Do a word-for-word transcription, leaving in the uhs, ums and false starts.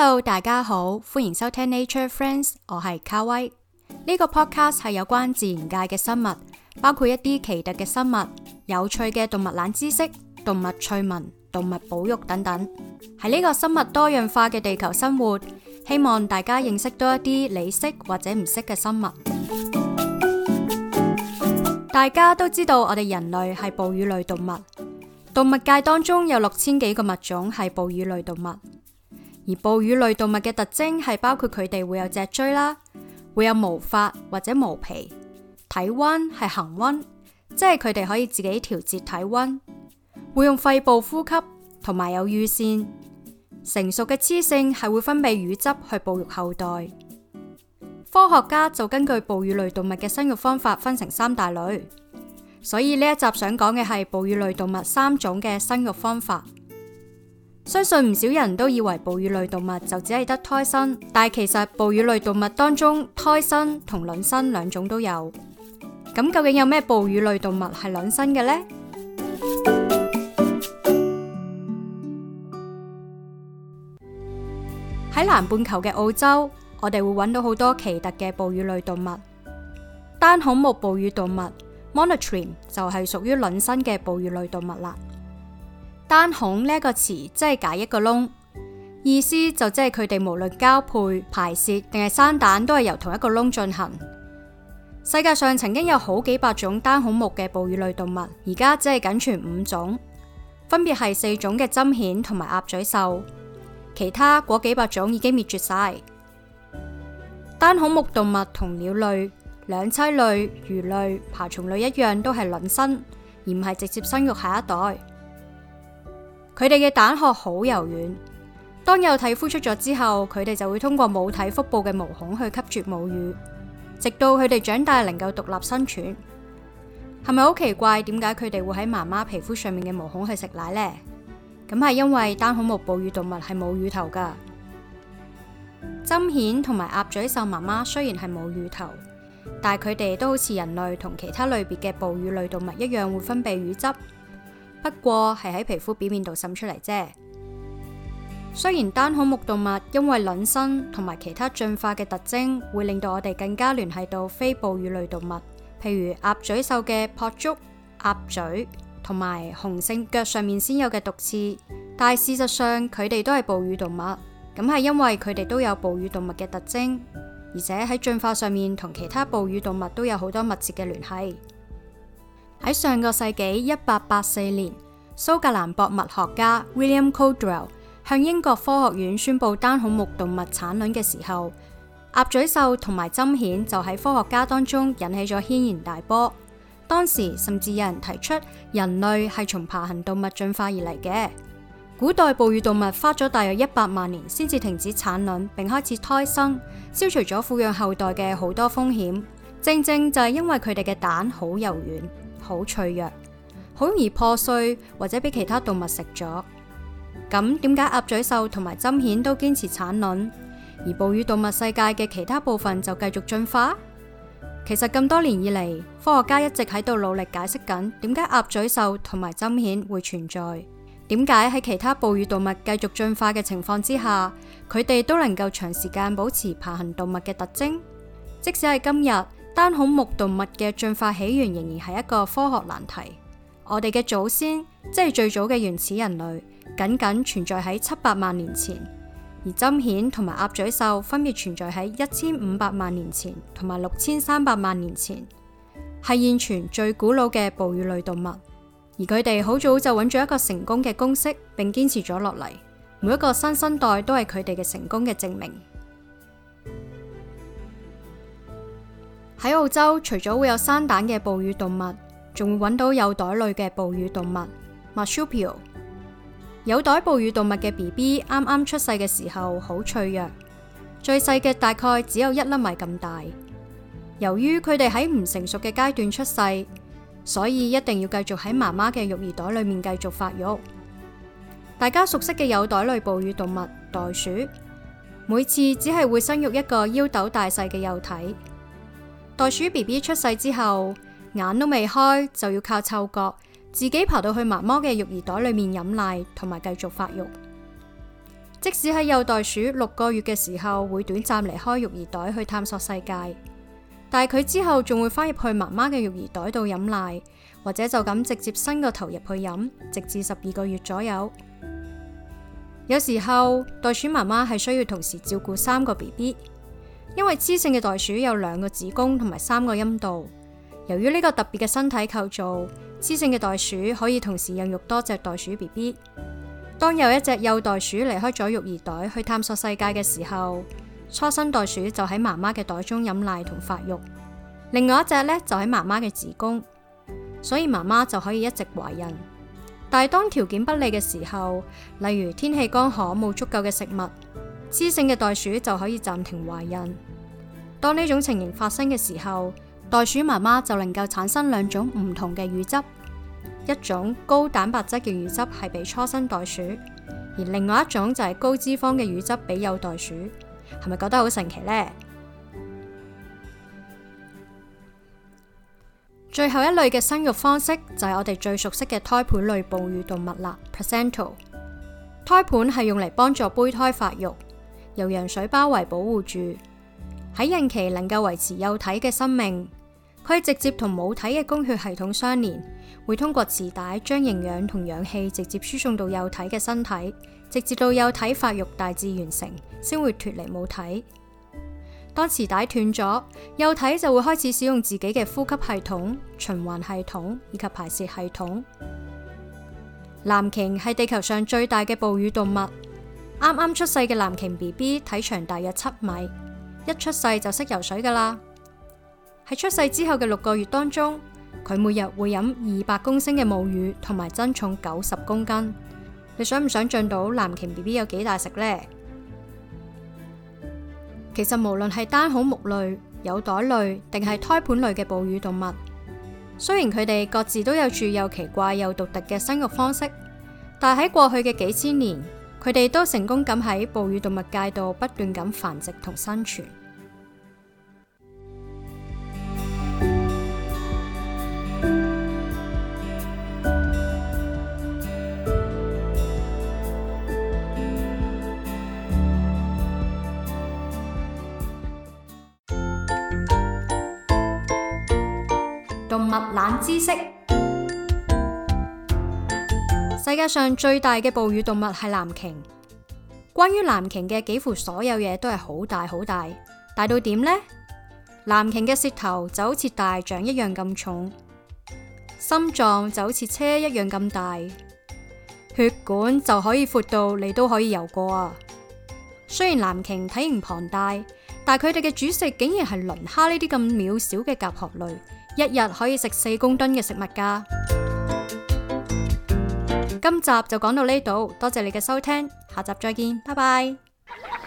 Hello， 大家好，歡迎收聽 Nature Friends， 我係卡威。呢個 podcast 係有關自然界嘅生物，包括一啲奇特嘅生物、有趣嘅動物冷知識、動物趣聞、動物保育等等。喺呢個生物多樣化嘅地球生活，希望大家認識多一啲你識或者唔識嘅生物。大家都知道我哋人類係哺乳類動物，動物界當中有六千幾個物種係哺乳類動物。而哺乳類動物嘅特徵係包括佢哋會有脊椎啦，會有毛髮或者毛皮，體溫係恆溫，即係佢哋可以自己調節體溫，會用肺部呼吸，同埋有乳腺。成熟嘅雌性係會分泌乳汁去哺育後代。科學家就根據哺乳類動物嘅生育方法分成三大類，所以呢一集想講嘅係哺乳類動物三種嘅生育方法。相信唔少人都以為哺乳類動物就只係得胎生，但係其實哺乳類動物當中胎生同卵生兩種都有。咁究竟有咩哺乳類動物係卵生嘅呢？喺南半球嘅澳洲，我哋會揾到好多奇特嘅哺乳類動物。單孔目哺乳動物 Monotremes 就係屬於卵生嘅哺乳類動物啦。單孔呢一個詞即係解一個窿，意思就即係佢哋無論交配、排泄定係生蛋都係由同一個窿進行。世界上曾經有好幾百種單孔目嘅哺乳類動物，而家只係僅存五種，分別係四種嘅針蜆同埋鴨嘴獸，其他嗰幾百種已經滅絕晒。單孔目動物同鳥類、兩棲類、魚類、爬蟲類一樣，都係卵生，而唔係直接生育下一代。佢哋嘅蛋殼好柔軟，當幼體孵出咗之後，佢哋就會通過母體腹部嘅毛孔去吸住母乳，直到佢哋長大能夠獨立生存。係咪好奇怪？點解佢哋會喺媽媽皮膚上面嘅毛孔去食奶呢？咁係因為單孔目哺乳動物係冇乳頭噶。針蜆同埋鴨嘴獸媽媽雖然係冇乳頭，但係佢哋都好似人類同其他類別嘅哺乳類動物一樣會分泌乳汁。不過係喺皮膚表面度滲出嚟啫。雖然單孔目動物因為卵生同埋其他進化嘅特徵，會令到我哋更加聯繫到非哺乳類動物，譬如鴨嘴獸嘅蹼足、鴨嘴同埋雄性腳上面先有嘅毒刺，但係事實上佢哋都係哺乳動物。咁係因為佢哋都有哺乳動物嘅特徵，而且喺進化上面同其他哺乳動物都有好多密切嘅聯繫。喺上個世紀一八八四年，蘇格蘭博物學家 William Caldwell 向英國科學院宣布單孔目動物產卵嘅時候，鴨嘴獸同埋針蜆就喺科學家當中引起咗軒然大波。當時甚至有人提出人類係從爬行動物進化而嚟嘅。古代哺乳動物花咗大約一百萬年先至停止產卵並開始胎生，消除咗撫養後代嘅好多風險。正正就係因為佢哋嘅蛋好柔軟、好脆弱，好容易破碎或者俾其他動物食咗。咁點解鴨嘴獸同埋針蜆都堅持產卵，而哺乳動物世界嘅其他部分就繼續進化？其實咁多年以嚟，科學家一直喺度努力解釋緊點解鴨嘴獸同埋針蜆會存在，點解喺其他哺乳動物繼續進化嘅情況之下，佢哋都能夠長時間保持爬行動物嘅特徵。即使係今日，單孔目動物嘅進化起源仍然係一個科學難題。我哋嘅祖先，即係最早嘅原始人類，僅僅存在喺七百萬年前，而針蜆同埋鴨嘴獸分別存在喺一千五百萬年前同埋六千三百萬年前，係現存最古老嘅哺乳類動物。而佢哋好早就揾咗一個成功嘅公式，並堅持咗落嚟。每一個新生代都係佢哋嘅成功嘅證明。喺澳洲，除咗會有生蛋嘅哺乳動物，仲會揾到有袋類嘅哺乳動物 Marsupial。有袋哺乳動物嘅 B B 啱啱出世嘅時候好脆弱，最細嘅大概只有一粒米咁大。由於佢哋喺唔成熟嘅階段出世，所以一定要繼續喺媽媽嘅育兒袋裏面繼續發育。大家熟悉嘅有袋類哺乳動物袋鼠，每次只係會生育一個腰豆大細嘅幼體。袋鼠 B B 出世之後，眼都未開就要靠嗅覺自己爬到去媽媽嘅育兒袋裏面飲奶，同埋繼續發育。 即使喺幼袋鼠六個月嘅時候會短暫離開育兒袋去探索世界，但係佢之後仲會返入去媽媽嘅育兒袋度飲奶，或者就咁直接伸個頭入去飲，直至十二個月左右。有時候袋鼠媽媽係需要同時照顧三個 B B， 因為雌性嘅袋鼠有兩個子宮同埋三個陰道。由於呢個特別嘅身體構造，雌性嘅袋鼠可以同時孕育多隻袋鼠 B B。當有一隻幼袋鼠離開咗育兒袋去探索世界嘅時候，初生袋鼠就喺媽媽嘅袋中飲奶同發育，另外一隻呢就喺媽媽嘅子宮，所以媽媽就可以一直懷孕。但係當條件不利嘅時候，例如天氣乾旱冇足夠嘅食物，雌性嘅袋鼠就可以暫停懷孕。當呢種情形發生嘅時候，袋鼠媽媽就能夠產生兩種唔同嘅乳汁。一種高蛋白質嘅乳汁係俾初生袋鼠，而另外一種就係高脂肪嘅乳汁俾幼袋鼠。係咪覺得好神奇呢？最後一類嘅生育方式就係我哋最熟悉嘅胎盤類哺乳動物啦 ，placental。胎盤係用嚟幫助胚胎發育，由羊水包圍保護住，喺孕期能夠維持幼體嘅生命。佢係直接同母體嘅供血系統相連，會通過臍帶將營養同氧氣直接輸送到幼體嘅身體，直至到幼體發育大致完成，先會脫離母體。當臍帶斷咗，幼體就會開始使用自己嘅呼吸系統、循環系統以及排泄系統。藍鯨係地球上最大嘅哺乳動物，啱啱出世嘅藍鯨 B B 體長大約七米，一出世就識游水噶啦。喺出世之後嘅六個月當中，佢每日會飲二百公升嘅母乳，同埋增重九十公斤。你想唔想象到藍鯨 B B 有幾大食呢？其實無論係單孔目類、有袋類定係胎盤類嘅哺乳動物，雖然佢哋各自都有住又奇怪又獨特嘅生育方式，但係喺過去嘅幾千年，佢哋都成功咁喺哺乳動物界度不斷咁繁殖同生存。動物冷知識：世界上最大嘅哺乳動物係藍鯨。關於藍鯨嘅幾乎所有嘢都係好大好大，大到點呢？藍鯨嘅舌頭就好似大象一樣咁重，心臟就好似車一樣咁大，血管就可以闊到你都可以游過啊！雖然藍鯨體型龐大，但佢哋嘅主食竟然係磷蝦呢啲咁渺小嘅甲殼類。一日可以食四公噸嘅食物㗎。今集就講到呢度，多謝你嘅收聽，下集再見，拜拜。